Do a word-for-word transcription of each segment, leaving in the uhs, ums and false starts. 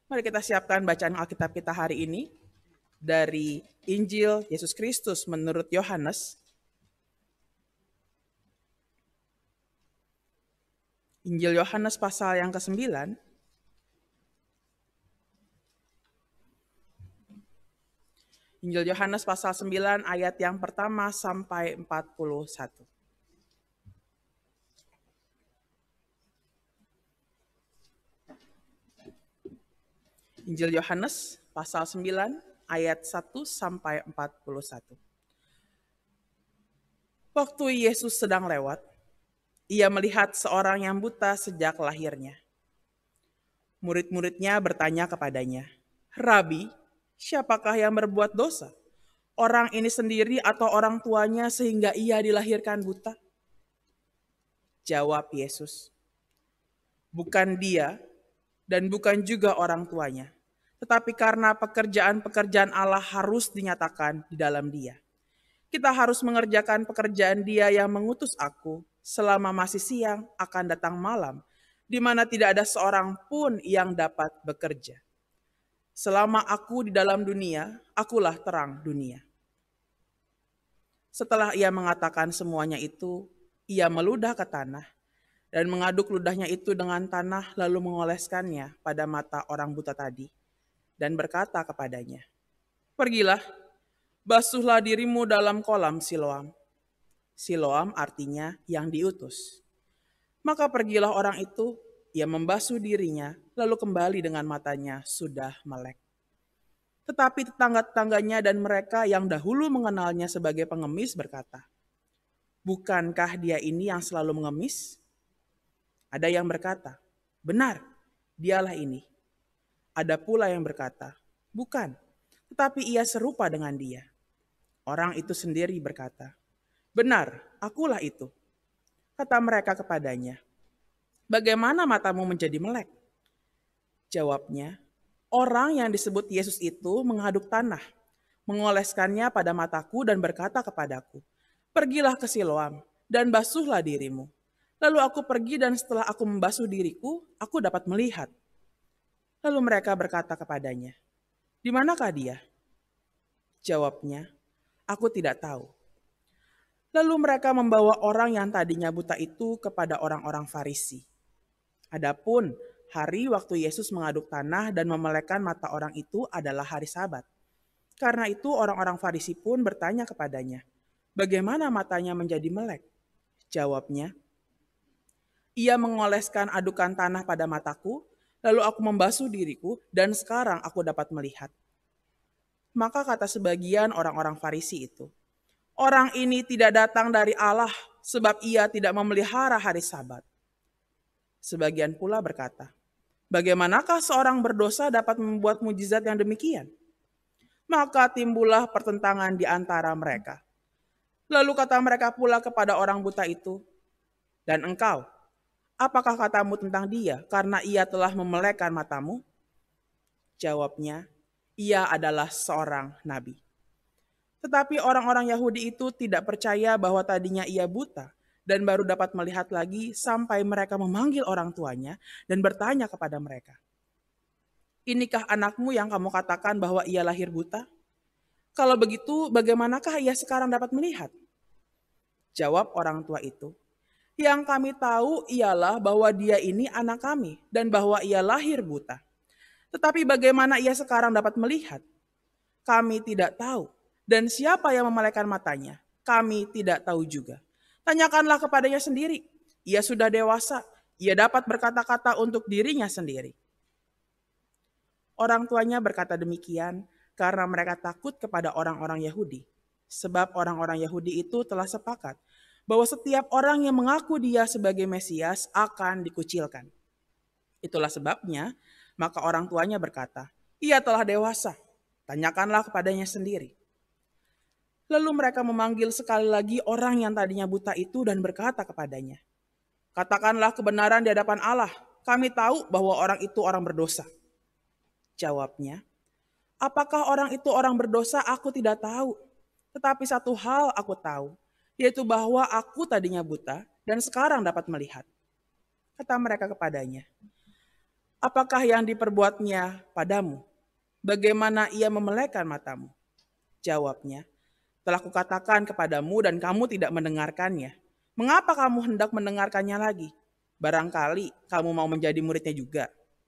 Mari kita siapkan bacaan Alkitab kita hari ini dari Injil Yesus Kristus menurut Yohanes. Injil Yohanes pasal yang kesembilan. Injil Yohanes pasal sembilan ayat yang pertama sampai empat puluh satu. Injil Yohanes pasal sembilan ayat satu sampai empat puluh satu. Waktu Yesus sedang lewat, ia melihat seorang yang buta sejak lahirnya. Murid-muridnya bertanya kepadanya, "Rabi, siapakah yang berbuat dosa? Orang ini sendiri atau orang tuanya sehingga ia dilahirkan buta?" Jawab Yesus, "Bukan dia dan bukan juga orang tuanya, tetapi karena pekerjaan-pekerjaan Allah harus dinyatakan di dalam dia. Kita harus mengerjakan pekerjaan dia yang mengutus aku selama masih siang akan datang malam, di mana tidak ada seorang pun yang dapat bekerja. Selama aku di dalam dunia, akulah terang dunia." Setelah ia mengatakan semuanya itu, ia meludah ke tanah dan mengaduk ludahnya itu dengan tanah lalu mengoleskannya pada mata orang buta tadi dan berkata kepadanya, "Pergilah, basuhlah dirimu dalam kolam Siloam." Siloam artinya yang diutus. Maka pergilah orang itu, ia membasuh dirinya, lalu kembali dengan matanya sudah melek. Tetapi tetangga-tetangganya dan mereka yang dahulu mengenalnya sebagai pengemis berkata, "Bukankah dia ini yang selalu mengemis?" Ada yang berkata, "Benar, dialah ini." Ada pula yang berkata, "Bukan, tetapi ia serupa dengan dia." Orang itu sendiri berkata, "Benar, akulah itu." Kata mereka kepadanya, "Bagaimana matamu menjadi melek?" Jawabnya, "Orang yang disebut Yesus itu mengaduk tanah, mengoleskannya pada mataku dan berkata kepadaku, 'Pergilah ke Siloam dan basuhlah dirimu.' Lalu aku pergi dan setelah aku membasuh diriku, aku dapat melihat." Lalu mereka berkata kepadanya, "Di manakah dia?" Jawabnya, "Aku tidak tahu." Lalu mereka membawa orang yang tadinya buta itu kepada orang-orang Farisi. Adapun hari waktu Yesus mengaduk tanah dan memelekkan mata orang itu adalah hari Sabat. Karena itu orang-orang Farisi pun bertanya kepadanya, "Bagaimana matanya menjadi melek?" Jawabnya, "Ia mengoleskan adukan tanah pada mataku, lalu aku membasuh diriku dan sekarang aku dapat melihat." Maka kata sebagian orang-orang Farisi itu, "Orang ini tidak datang dari Allah sebab ia tidak memelihara hari Sabat." Sebagian pula berkata, "Bagaimanakah seorang berdosa dapat membuat mujizat yang demikian?" Maka timbullah pertentangan di antara mereka. Lalu kata mereka pula kepada orang buta itu, "Dan engkau, apakah katamu tentang dia karena ia telah memelekkan matamu?" Jawabnya, "Ia adalah seorang nabi." Tetapi orang-orang Yahudi itu tidak percaya bahwa tadinya ia buta dan baru dapat melihat lagi sampai mereka memanggil orang tuanya dan bertanya kepada mereka, "Inikah anakmu yang kamu katakan bahwa ia lahir buta? Kalau begitu, bagaimanakah ia sekarang dapat melihat?" Jawab orang tua itu, "Yang kami tahu ialah bahwa dia ini anak kami dan bahwa ia lahir buta. Tetapi bagaimana ia sekarang dapat melihat? Kami tidak tahu. Dan siapa yang memelekkan matanya? Kami tidak tahu juga. Tanyakanlah kepadanya sendiri. Ia sudah dewasa. Ia dapat berkata-kata untuk dirinya sendiri." Orang tuanya berkata demikian karena mereka takut kepada orang-orang Yahudi. Sebab orang-orang Yahudi itu telah sepakat bahwa setiap orang yang mengaku dia sebagai Mesias akan dikucilkan. Itulah sebabnya, maka orang tuanya berkata, "Ia telah dewasa. Tanyakanlah kepadanya sendiri." Lalu mereka memanggil sekali lagi orang yang tadinya buta itu dan berkata kepadanya, "Katakanlah kebenaran di hadapan Allah. Kami tahu bahwa orang itu orang berdosa." Jawabnya, "Apakah orang itu orang berdosa? Aku tidak tahu. Tetapi satu hal aku tahu, yaitu bahwa aku tadinya buta dan sekarang dapat melihat." Kata mereka kepadanya, Apakah yang diperbuatnya padamu? Bagaimana ia memelekkan matamu? Jawabnya, telah kukatakan kepadamu dan kamu tidak mendengarkannya. Mengapa kamu hendak mendengarkannya lagi? Barangkali kamu mau menjadi muridnya juga.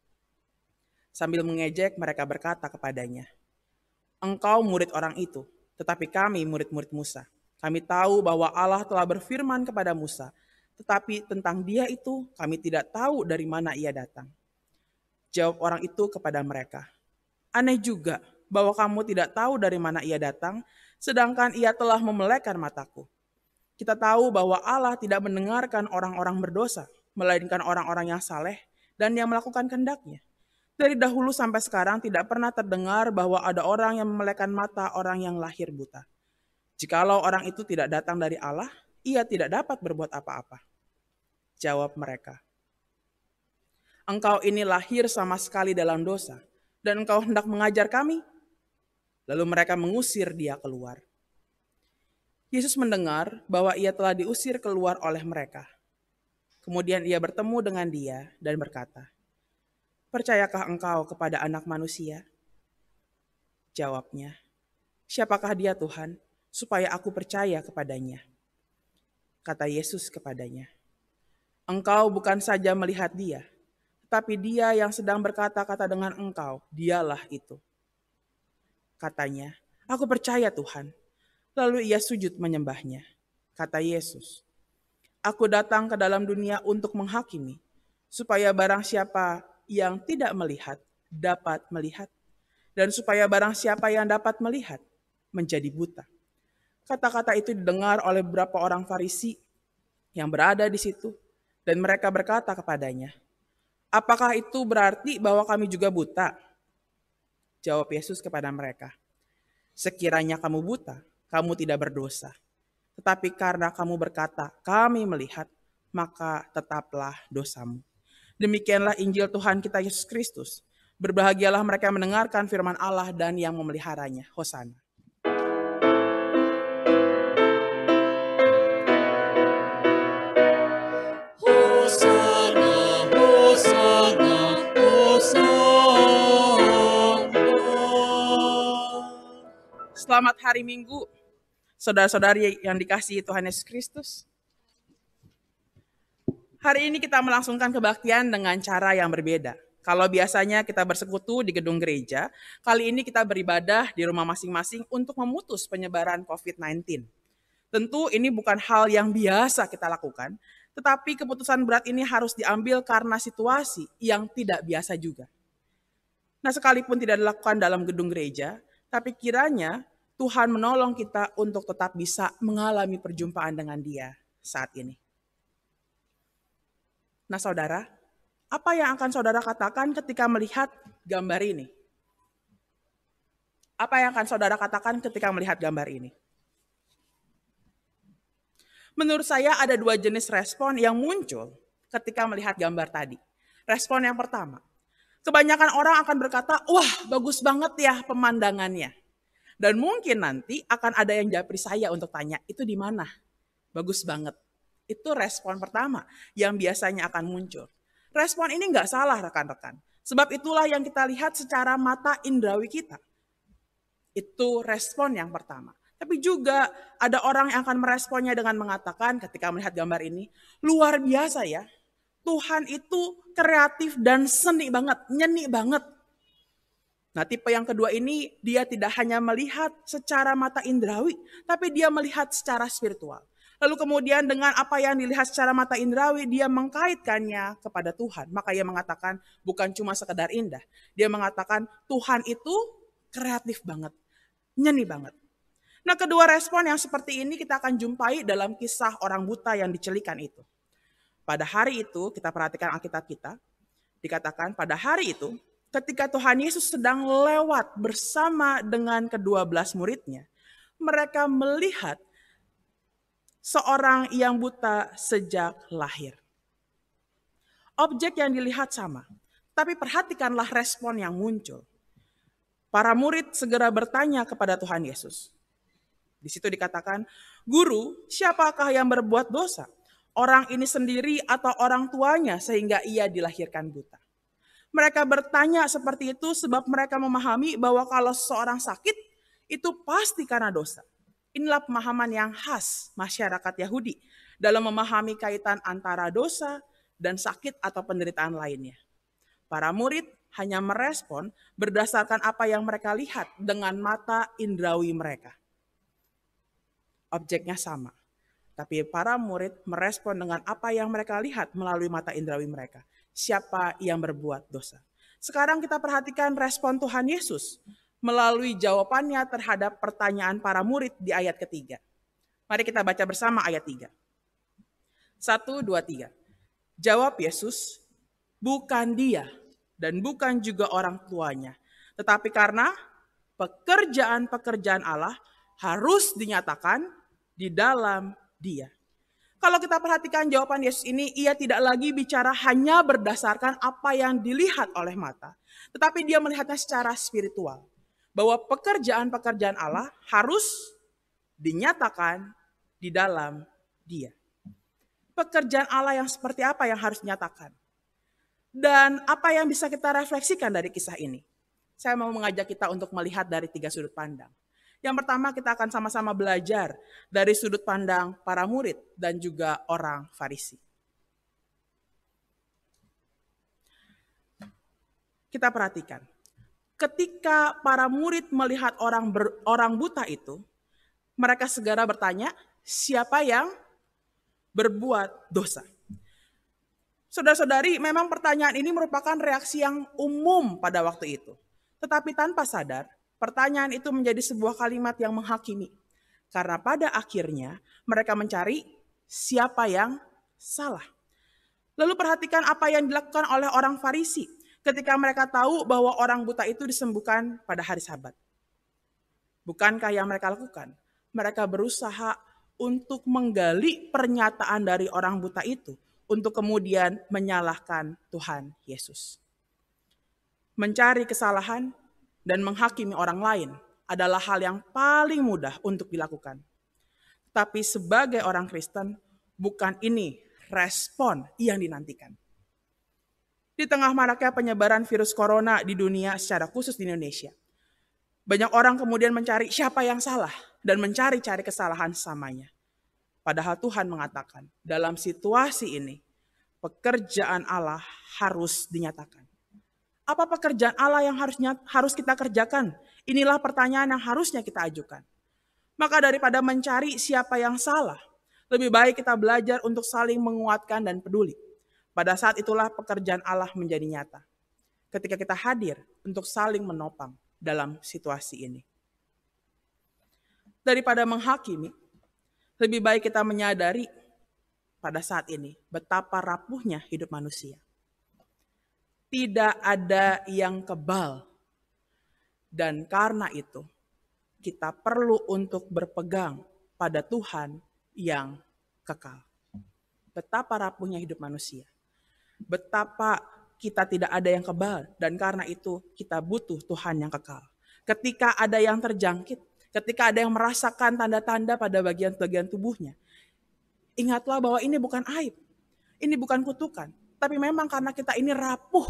Sambil mengejek mereka berkata kepadanya, engkau murid orang itu, tetapi kami murid-murid Musa. Kami tahu bahwa Allah telah berfirman kepada Musa, tetapi tentang dia itu kami tidak tahu dari mana ia datang. Jawab orang itu kepada mereka, aneh juga bahwa kamu tidak tahu dari mana ia datang, sedangkan ia telah memelekkan mataku. Kita tahu bahwa Allah tidak mendengarkan orang-orang berdosa, melainkan orang-orang yang saleh dan yang melakukan kehendaknya. Dari dahulu sampai sekarang tidak pernah terdengar bahwa ada orang yang memelekkan mata orang yang lahir buta. Jikalau orang itu tidak datang dari Allah, ia tidak dapat berbuat apa-apa. Jawab mereka, engkau ini lahir sama sekali dalam dosa, dan engkau hendak mengajar kami? Lalu mereka mengusir dia keluar. Yesus mendengar bahwa ia telah diusir keluar oleh mereka. Kemudian ia bertemu dengan dia dan berkata, percayakah engkau kepada Anak Manusia? Jawabnya, siapakah dia Tuhan, supaya aku percaya kepadanya? Kata Yesus kepadanya, engkau bukan saja melihat dia, tetapi dia yang sedang berkata-kata dengan engkau, dialah itu. Katanya, aku percaya Tuhan. Lalu ia sujud menyembahnya. Kata Yesus, aku datang ke dalam dunia untuk menghakimi, supaya barang siapa yang tidak melihat, dapat melihat. Dan supaya barang siapa yang dapat melihat, menjadi buta. Kata-kata itu didengar oleh beberapa orang Farisi yang berada di situ. Dan mereka berkata kepadanya, apakah itu berarti bahwa kami juga buta? Jawab Yesus kepada mereka, sekiranya kamu buta, kamu tidak berdosa. Tetapi karena kamu berkata, kami melihat, maka tetaplah dosamu. Demikianlah Injil Tuhan kita Yesus Kristus. Berbahagialah mereka yang mendengarkan firman Allah dan yang memeliharanya. Hosana. Selamat hari Minggu, saudara-saudari yang dikasihi Tuhan Yesus Kristus. Hari ini kita melangsungkan kebaktian dengan cara yang berbeda. Kalau biasanya kita bersekutu di gedung gereja, kali ini kita beribadah di rumah masing-masing untuk memutus penyebaran covid sembilan belas. Tentu ini bukan hal yang biasa kita lakukan, tetapi keputusan berat ini harus diambil karena situasi yang tidak biasa juga. Nah, sekalipun tidak dilakukan dalam gedung gereja, tapi kiranya Tuhan menolong kita untuk tetap bisa mengalami perjumpaan dengan Dia saat ini. Nah, saudara, apa yang akan saudara katakan ketika melihat gambar ini? Apa yang akan saudara katakan ketika melihat gambar ini? Menurut saya ada dua jenis respon yang muncul ketika melihat gambar tadi. Respon yang pertama, kebanyakan orang akan berkata, wah bagus banget ya pemandangannya. Dan mungkin nanti akan ada yang japri saya untuk tanya, itu di mana? Bagus banget. Itu respon pertama yang biasanya akan muncul. Respon ini nggak salah rekan-rekan. Sebab itulah yang kita lihat secara mata indrawi kita. Itu respon yang pertama. Tapi juga ada orang yang akan meresponnya dengan mengatakan ketika melihat gambar ini, luar biasa ya. Tuhan itu kreatif dan seni banget, nyeni banget. Nah, tipe yang kedua ini dia tidak hanya melihat secara mata indrawi, tapi dia melihat secara spiritual. Lalu kemudian dengan apa yang dilihat secara mata indrawi, dia mengkaitkannya kepada Tuhan. Maka ia mengatakan bukan cuma sekedar indah. Dia mengatakan Tuhan itu kreatif banget, nyeni banget. Nah, kedua respon yang seperti ini kita akan jumpai dalam kisah orang buta yang dicelikan itu. Pada hari itu, kita perhatikan Alkitab kita, dikatakan pada hari itu, ketika Tuhan Yesus sedang lewat bersama dengan kedua belas muridnya, mereka melihat seorang yang buta sejak lahir. Objek yang dilihat sama, tapi perhatikanlah respon yang muncul. Para murid segera bertanya kepada Tuhan Yesus. Di situ dikatakan, Guru, siapakah yang berbuat dosa? Orang ini sendiri atau orang tuanya sehingga ia dilahirkan buta? Mereka bertanya seperti itu sebab mereka memahami bahwa kalau seseorang sakit, itu pasti karena dosa. Inilah pemahaman yang khas masyarakat Yahudi dalam memahami kaitan antara dosa dan sakit atau penderitaan lainnya. Para murid hanya merespon berdasarkan apa yang mereka lihat dengan mata indrawi mereka. Objeknya sama, tapi para murid merespon dengan apa yang mereka lihat melalui mata indrawi mereka. Siapa yang berbuat dosa? Sekarang kita perhatikan respon Tuhan Yesus melalui jawabannya terhadap pertanyaan para murid di ayat ketiga. Mari kita baca bersama ayat tiga. Satu, dua, tiga. Jawab Yesus, bukan dia dan bukan juga orang tuanya. Tetapi karena pekerjaan-pekerjaan Allah harus dinyatakan di dalam dia. Kalau kita perhatikan jawaban Yesus ini, ia tidak lagi bicara hanya berdasarkan apa yang dilihat oleh mata, tetapi dia melihatnya secara spiritual. Bahwa pekerjaan-pekerjaan Allah harus dinyatakan di dalam dia. Pekerjaan Allah yang seperti apa yang harus dinyatakan? Dan apa yang bisa kita refleksikan dari kisah ini? Saya mau mengajak kita untuk melihat dari tiga sudut pandang. Yang pertama, kita akan sama-sama belajar dari sudut pandang para murid dan juga orang Farisi. Kita perhatikan, ketika para murid melihat orang ber, orang buta itu, mereka segera bertanya, siapa yang berbuat dosa? Saudara-saudari, memang pertanyaan ini merupakan reaksi yang umum pada waktu itu. Tetapi tanpa sadar, pertanyaan itu menjadi sebuah kalimat yang menghakimi. Karena pada akhirnya mereka mencari siapa yang salah. Lalu perhatikan apa yang dilakukan oleh orang Farisi ketika mereka tahu bahwa orang buta itu disembuhkan pada hari Sabat. Bukankah yang mereka lakukan? Mereka berusaha untuk menggali pernyataan dari orang buta itu untuk kemudian menyalahkan Tuhan Yesus. Mencari kesalahan dan menghakimi orang lain adalah hal yang paling mudah untuk dilakukan. Tapi sebagai orang Kristen, bukan ini respon yang dinantikan. Di tengah maraknya penyebaran virus corona di dunia secara khusus di Indonesia, banyak orang kemudian mencari siapa yang salah dan mencari-cari kesalahan samanya. Padahal Tuhan mengatakan, dalam situasi ini, pekerjaan Allah harus dinyatakan. Apa pekerjaan Allah yang harusnya harus kita kerjakan? Inilah pertanyaan yang harusnya kita ajukan. Maka daripada mencari siapa yang salah, lebih baik kita belajar untuk saling menguatkan dan peduli. Pada saat itulah pekerjaan Allah menjadi nyata. Ketika kita hadir untuk saling menopang dalam situasi ini. Daripada menghakimi, lebih baik kita menyadari pada saat ini betapa rapuhnya hidup manusia. Tidak ada yang kebal. Dan karena itu, kita perlu untuk berpegang pada Tuhan yang kekal. Betapa rapuhnya hidup manusia. Betapa kita tidak ada yang kebal. Dan karena itu, kita butuh Tuhan yang kekal. Ketika ada yang terjangkit, ketika ada yang merasakan tanda-tanda pada bagian-bagian tubuhnya, ingatlah bahwa ini bukan aib. Ini bukan kutukan. Tapi memang karena kita ini rapuh.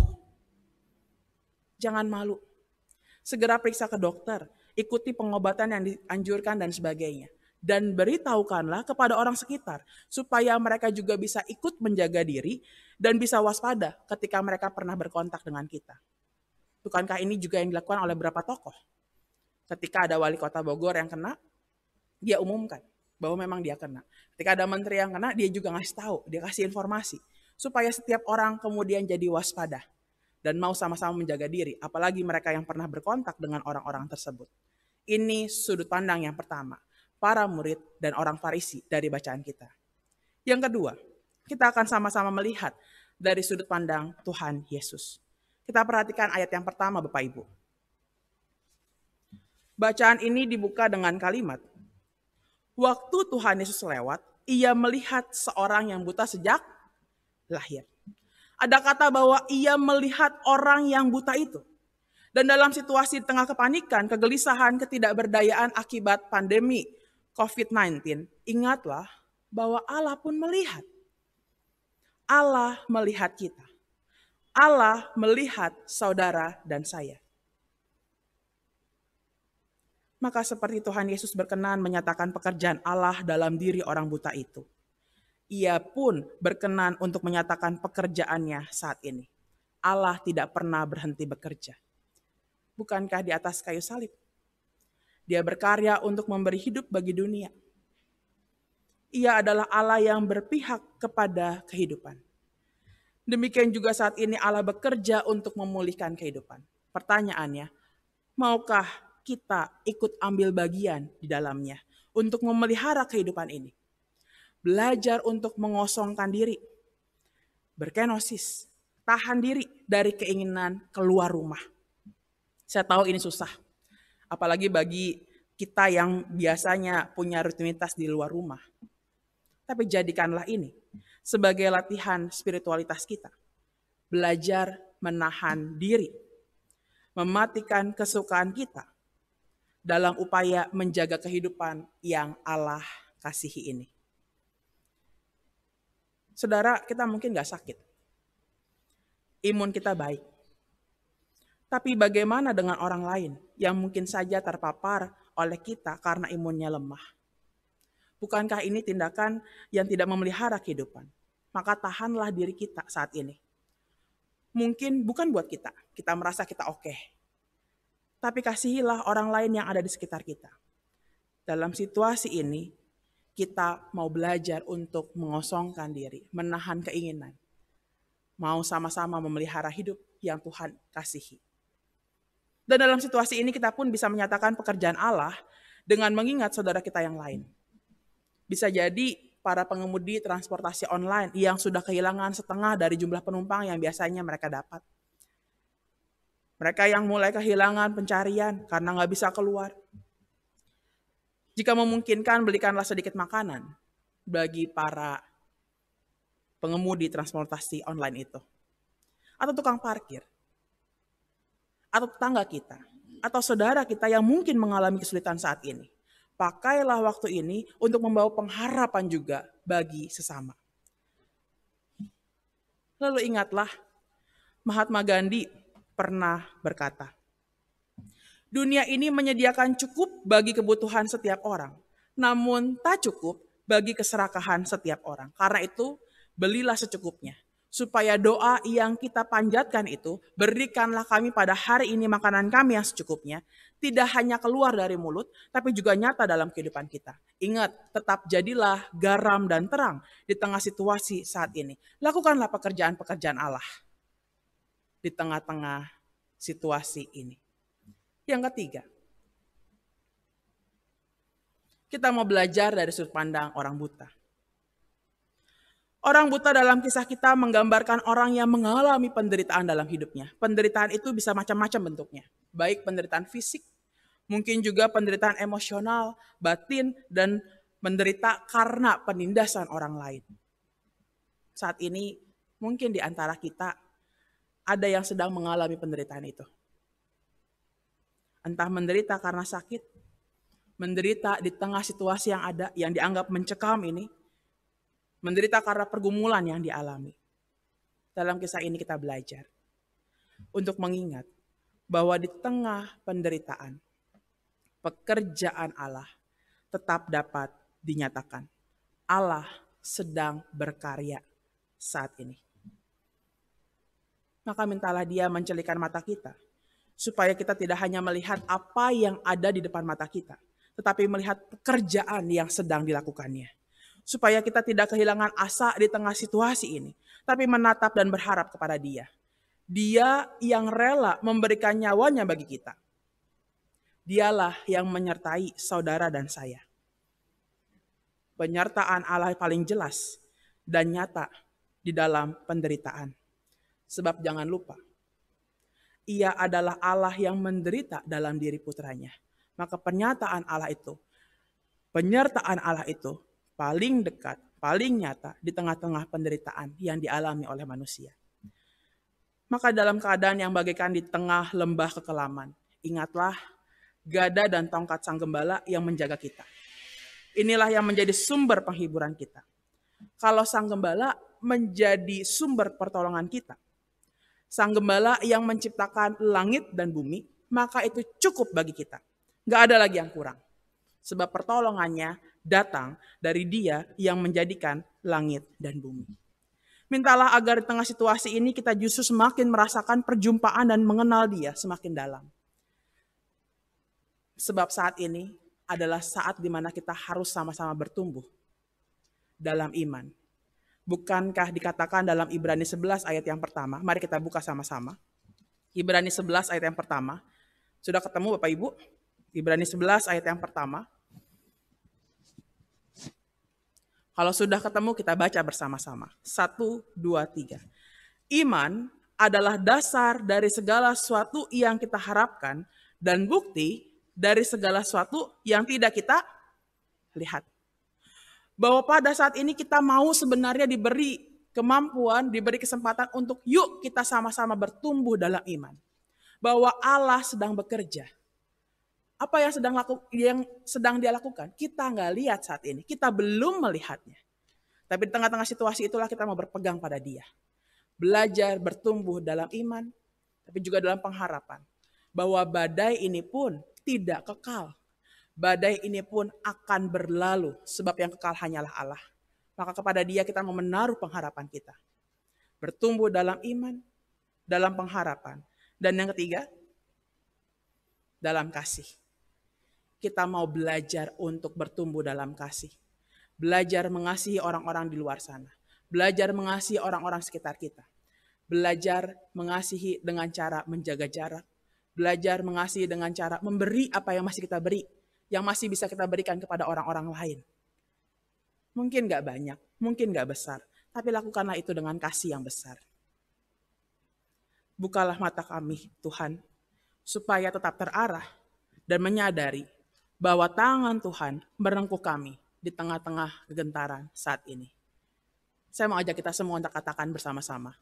Jangan malu. Segera periksa ke dokter. Ikuti pengobatan yang dianjurkan dan sebagainya. Dan beritahukanlah kepada orang sekitar. Supaya mereka juga bisa ikut menjaga diri. Dan bisa waspada ketika mereka pernah berkontak dengan kita. Bukankah ini juga yang dilakukan oleh beberapa tokoh? Ketika ada wali kota Bogor yang kena, dia umumkan bahwa memang dia kena. Ketika ada menteri yang kena, dia juga ngasih tahu, dia kasih informasi. Supaya setiap orang kemudian jadi waspada dan mau sama-sama menjaga diri, apalagi mereka yang pernah berkontak dengan orang-orang tersebut. Ini sudut pandang yang pertama, para murid dan orang Farisi dari bacaan kita. Yang kedua, kita akan sama-sama melihat dari sudut pandang Tuhan Yesus. Kita perhatikan ayat yang pertama, Bapak Ibu. Bacaan ini dibuka dengan kalimat, waktu Tuhan Yesus lewat, ia melihat seorang yang buta sejak lahir. Ada kata bahwa ia melihat orang yang buta itu. Dan dalam situasi di tengah kepanikan, kegelisahan, ketidakberdayaan akibat pandemi covid sembilan belas, ingatlah bahwa Allah pun melihat. Allah melihat kita. Allah melihat saudara dan saya. Maka seperti Tuhan Yesus berkenan menyatakan pekerjaan Allah dalam diri orang buta itu, Ia pun berkenan untuk menyatakan pekerjaannya saat ini. Allah tidak pernah berhenti bekerja. Bukankah di atas kayu salib? Dia berkarya untuk memberi hidup bagi dunia. Ia adalah Allah yang berpihak kepada kehidupan. Demikian juga saat ini Allah bekerja untuk memulihkan kehidupan. Pertanyaannya, maukah kita ikut ambil bagian di dalamnya untuk memelihara kehidupan ini? Belajar untuk mengosongkan diri, berkenosis, tahan diri dari keinginan keluar rumah. Saya tahu ini susah, apalagi bagi kita yang biasanya punya rutinitas di luar rumah. Tapi jadikanlah ini sebagai latihan spiritualitas kita. Belajar menahan diri, mematikan kesukaan kita dalam upaya menjaga kehidupan yang Allah kasihi ini. Saudara, kita mungkin gak sakit. Imun kita baik. Tapi bagaimana dengan orang lain yang mungkin saja terpapar oleh kita karena imunnya lemah? Bukankah ini tindakan yang tidak memelihara kehidupan? Maka tahanlah diri kita saat ini. Mungkin bukan buat kita, kita merasa kita oke. Tapi kasihilah orang lain yang ada di sekitar kita. Dalam situasi ini, kita mau belajar untuk mengosongkan diri, menahan keinginan. Mau sama-sama memelihara hidup yang Tuhan kasihi. Dan dalam situasi ini kita pun bisa menyatakan pekerjaan Allah dengan mengingat saudara kita yang lain. Bisa jadi para pengemudi transportasi online yang sudah kehilangan setengah dari jumlah penumpang yang biasanya mereka dapat. Mereka yang mulai kehilangan pencarian karena nggak bisa keluar. Jika memungkinkan, belikanlah sedikit makanan bagi para pengemudi transportasi online itu. Atau tukang parkir. Atau tetangga kita. Atau saudara kita yang mungkin mengalami kesulitan saat ini. Pakailah waktu ini untuk membawa pengharapan juga bagi sesama. Lalu ingatlah, Mahatma Gandhi pernah berkata, dunia ini menyediakan cukup bagi kebutuhan setiap orang, namun tak cukup bagi keserakahan setiap orang. Karena itu, belilah secukupnya. Supaya doa yang kita panjatkan itu, berikanlah kami pada hari ini makanan kami yang secukupnya, tidak hanya keluar dari mulut, tapi juga nyata dalam kehidupan kita. Ingat, tetap jadilah garam dan terang di tengah situasi saat ini. Lakukanlah pekerjaan-pekerjaan Allah di tengah-tengah situasi ini. Yang ketiga, kita mau belajar dari sudut pandang orang buta. Orang buta dalam kisah kita menggambarkan orang yang mengalami penderitaan dalam hidupnya. Penderitaan itu bisa macam-macam bentuknya. Baik penderitaan fisik, mungkin juga penderitaan emosional, batin, dan menderita karena penindasan orang lain. Saat ini mungkin di antara kita ada yang sedang mengalami penderitaan itu. Entah menderita karena sakit, menderita di tengah situasi yang ada, yang dianggap mencekam ini, menderita karena pergumulan yang dialami. Dalam kisah ini kita belajar untuk mengingat bahwa di tengah penderitaan, pekerjaan Allah tetap dapat dinyatakan. Allah sedang berkarya saat ini. Maka mintalah Dia mencelikan mata kita, supaya kita tidak hanya melihat apa yang ada di depan mata kita, tetapi melihat pekerjaan yang sedang dilakukannya. Supaya kita tidak kehilangan asa di tengah situasi ini, tapi menatap dan berharap kepada Dia. Dia yang rela memberikan nyawanya bagi kita. Dialah yang menyertai saudara dan saya. Penyertaan Allah paling jelas dan nyata di dalam penderitaan. Sebab jangan lupa, Ia adalah Allah yang menderita dalam diri putranya. Maka pernyataan Allah itu, penyertaan Allah itu paling dekat, paling nyata di tengah-tengah penderitaan yang dialami oleh manusia. Maka dalam keadaan yang bagaikan di tengah lembah kekelaman, ingatlah gada dan tongkat sang gembala yang menjaga kita. Inilah yang menjadi sumber penghiburan kita. Kalau sang gembala menjadi sumber pertolongan kita, Sang Gembala yang menciptakan langit dan bumi, maka itu cukup bagi kita. Gak ada lagi yang kurang. Sebab pertolongannya datang dari Dia yang menjadikan langit dan bumi. Mintalah agar di tengah situasi ini kita justru semakin merasakan perjumpaan dan mengenal Dia semakin dalam. Sebab saat ini adalah saat di mana kita harus sama-sama bertumbuh dalam iman. Bukankah dikatakan dalam Ibrani sebelas ayat yang pertama? Mari kita buka sama-sama. Ibrani sebelas ayat yang pertama. Sudah ketemu Bapak Ibu? Ibrani sebelas ayat yang pertama. Kalau sudah ketemu kita baca bersama-sama. Satu, dua, tiga. Iman adalah dasar dari segala sesuatu yang kita harapkan dan bukti dari segala sesuatu yang tidak kita lihat. Bahwa pada saat ini kita mau sebenarnya diberi kemampuan, diberi kesempatan untuk yuk kita sama-sama bertumbuh dalam iman. Bahwa Allah sedang bekerja. Apa yang sedang laku, yang sedang Dia lakukan? Kita nggak lihat saat ini, kita belum melihatnya. Tapi di tengah-tengah situasi itulah kita mau berpegang pada Dia. Belajar bertumbuh dalam iman, tapi juga dalam pengharapan. Bahwa badai ini pun tidak kekal. Badai ini pun akan berlalu, sebab yang kekal hanyalah Allah. Maka kepada Dia kita mau menaruh pengharapan kita. Bertumbuh dalam iman, dalam pengharapan. Dan yang ketiga, dalam kasih. Kita mau belajar untuk bertumbuh dalam kasih. Belajar mengasihi orang-orang di luar sana. Belajar mengasihi orang-orang sekitar kita. Belajar mengasihi dengan cara menjaga jarak. Belajar mengasihi dengan cara memberi apa yang masih kita beri. Yang masih bisa kita berikan kepada orang-orang lain. Mungkin gak banyak, mungkin gak besar. Tapi lakukanlah itu dengan kasih yang besar. Bukalah mata kami, Tuhan, supaya tetap terarah dan menyadari bahwa tangan Tuhan merengkuh kami di tengah-tengah kegentaran saat ini. Saya mau ajak kita semua untuk katakan bersama-sama.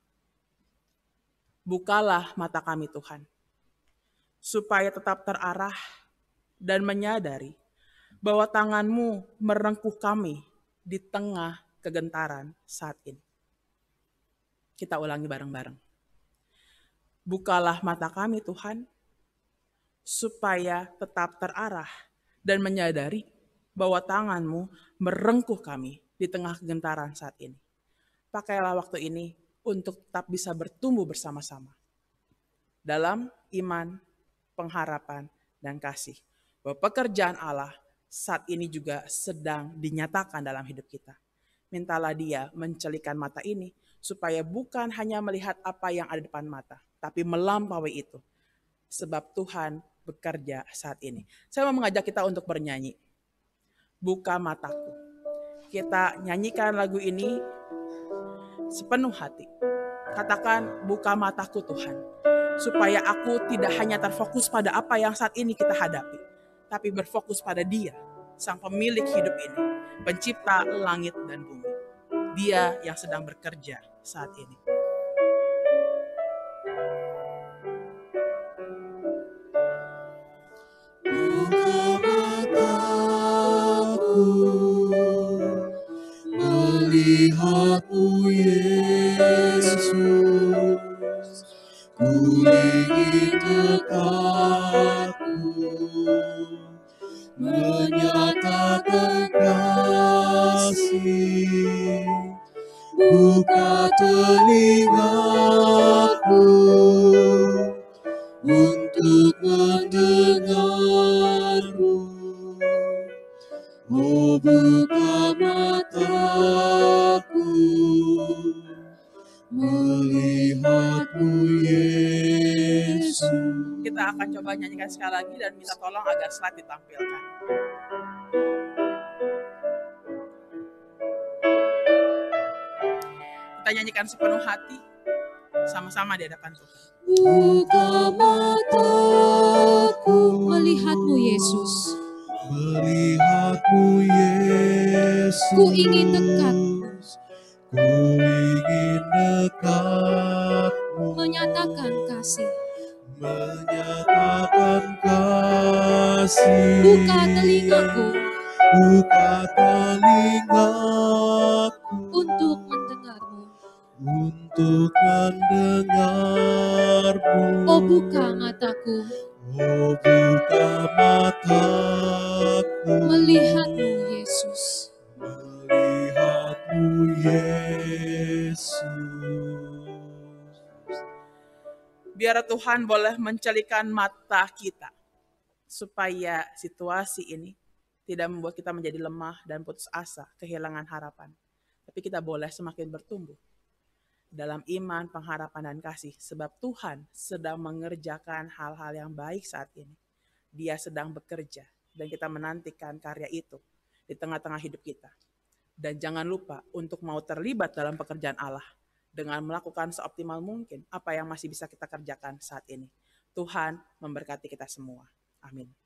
Bukalah mata kami, Tuhan, supaya tetap terarah dan menyadari bahwa tangan-Mu merengkuh kami di tengah kegentaran saat ini. Kita ulangi bareng-bareng. Bukalah mata kami, Tuhan, supaya tetap terarah dan menyadari bahwa tangan-Mu merengkuh kami di tengah kegentaran saat ini. Pakailah waktu ini untuk tetap bisa bertumbuh bersama-sama dalam iman, pengharapan, dan kasih. Bahwa pekerjaan Allah saat ini juga sedang dinyatakan dalam hidup kita. Mintalah Dia mencelikan mata ini supaya bukan hanya melihat apa yang ada di depan mata, tapi melampaui itu. Sebab Tuhan bekerja saat ini. Saya mau mengajak kita untuk bernyanyi. Buka mataku. Kita nyanyikan lagu ini sepenuh hati. Katakan, buka mataku Tuhan. Supaya aku tidak hanya terfokus pada apa yang saat ini kita hadapi. Tapi berfokus pada Dia, Sang Pemilik hidup ini. Pencipta langit dan bumi. Dia yang sedang bekerja saat ini. Melihat-Mu Yesus, ku ingin dekat-Mu, menyatakan kasih. Buka telinga-Mu untuk mendengar-Mu. Oh, buka mataku, melihat-Mu Yesus. Kita akan coba nyanyikan sekali lagi dan minta tolong agar slide ditampilkan. Kita nyanyikan sepenuh hati, sama-sama di hadapan Tuhan. Buka mataku, melihat-Mu Yesus. Melihat-Mu Yesus, Ku ingin dekat, ku ingin dekat-Mu, menyatakan kasih. menyatakan kasih. Buka telingaku Buka telingaku untuk mendengar-Mu. untuk untuk mendengar-Mu. Oh buka mataku, Oh buka mataku, melihat-Mu Yesus. melihat-Mu Yesus. Biar Tuhan boleh mencelikan mata kita, supaya situasi ini tidak membuat kita menjadi lemah dan putus asa, kehilangan harapan. Tapi kita boleh semakin bertumbuh dalam iman, pengharapan, dan kasih. Sebab Tuhan sedang mengerjakan hal-hal yang baik saat ini. Dia sedang bekerja, dan kita menantikan karya itu di tengah-tengah hidup kita. Dan jangan lupa untuk mau terlibat dalam pekerjaan Allah dengan melakukan seoptimal mungkin apa yang masih bisa kita kerjakan saat ini. Tuhan memberkati kita semua. Amin.